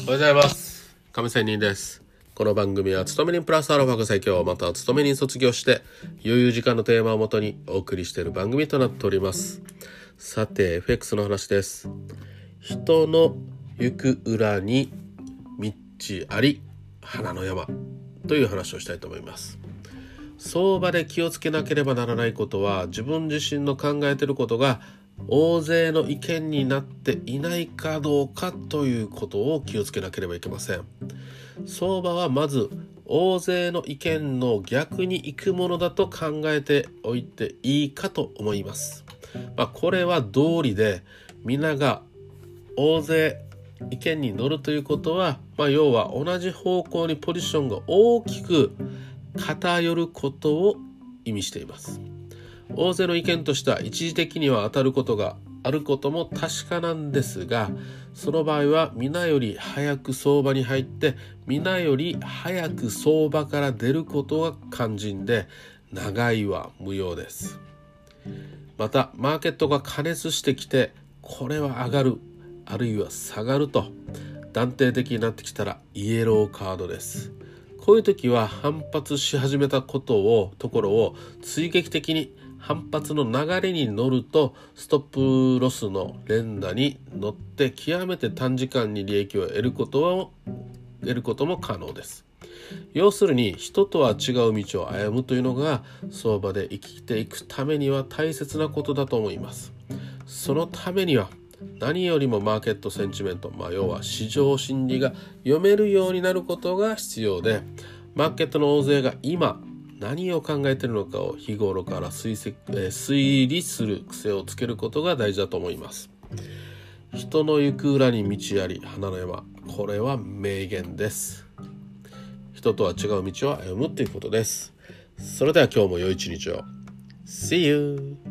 おはようございます。亀仙人です。この番組は勤め人プラスアルファが最強、または勤め人卒業して余裕時間のテーマをもとにお送りしている番組となっております。さて FX の話です。人の行く裏に道あり花の山という話をしたいと思います。相場で気をつけなければならないことは、自分自身の考えていることが大勢の意見になっていないかどうかということを気をつけなければいけません。相場はまず大勢の意見の逆に行くものだと考えておいていいかと思います。これは道理で、皆が大勢意見に乗るということは、要は同じ方向にポジションが大きく偏ることを意味しています。大勢の意見としては一時的には当たることがあることも確かなんですが、その場合は皆より早く相場に入って皆より早く相場から出ることが肝心で、長いは無用です。またマーケットが過熱してきて、これは上がるあるいは下がると断定的になってきたらイエローカードです。こういう時は反発し始めたところを追撃的に反発の流れに乗ると、ストップロスの連打に乗って極めて短時間に利益を得ることも可能です。要するに人とは違う道を歩むというのが相場で生きていくためには大切なことだと思います。そのためには何よりもマーケットセンチメント、要は市場心理が読めるようになることが必要で、マーケットの大勢が今何を考えているのかを日頃から推理する癖をつけることが大事だと思います。人の行く裏に道あり花の山、これは名言です。人とは違う道を歩むということです。それでは今日も良い一日を。See you!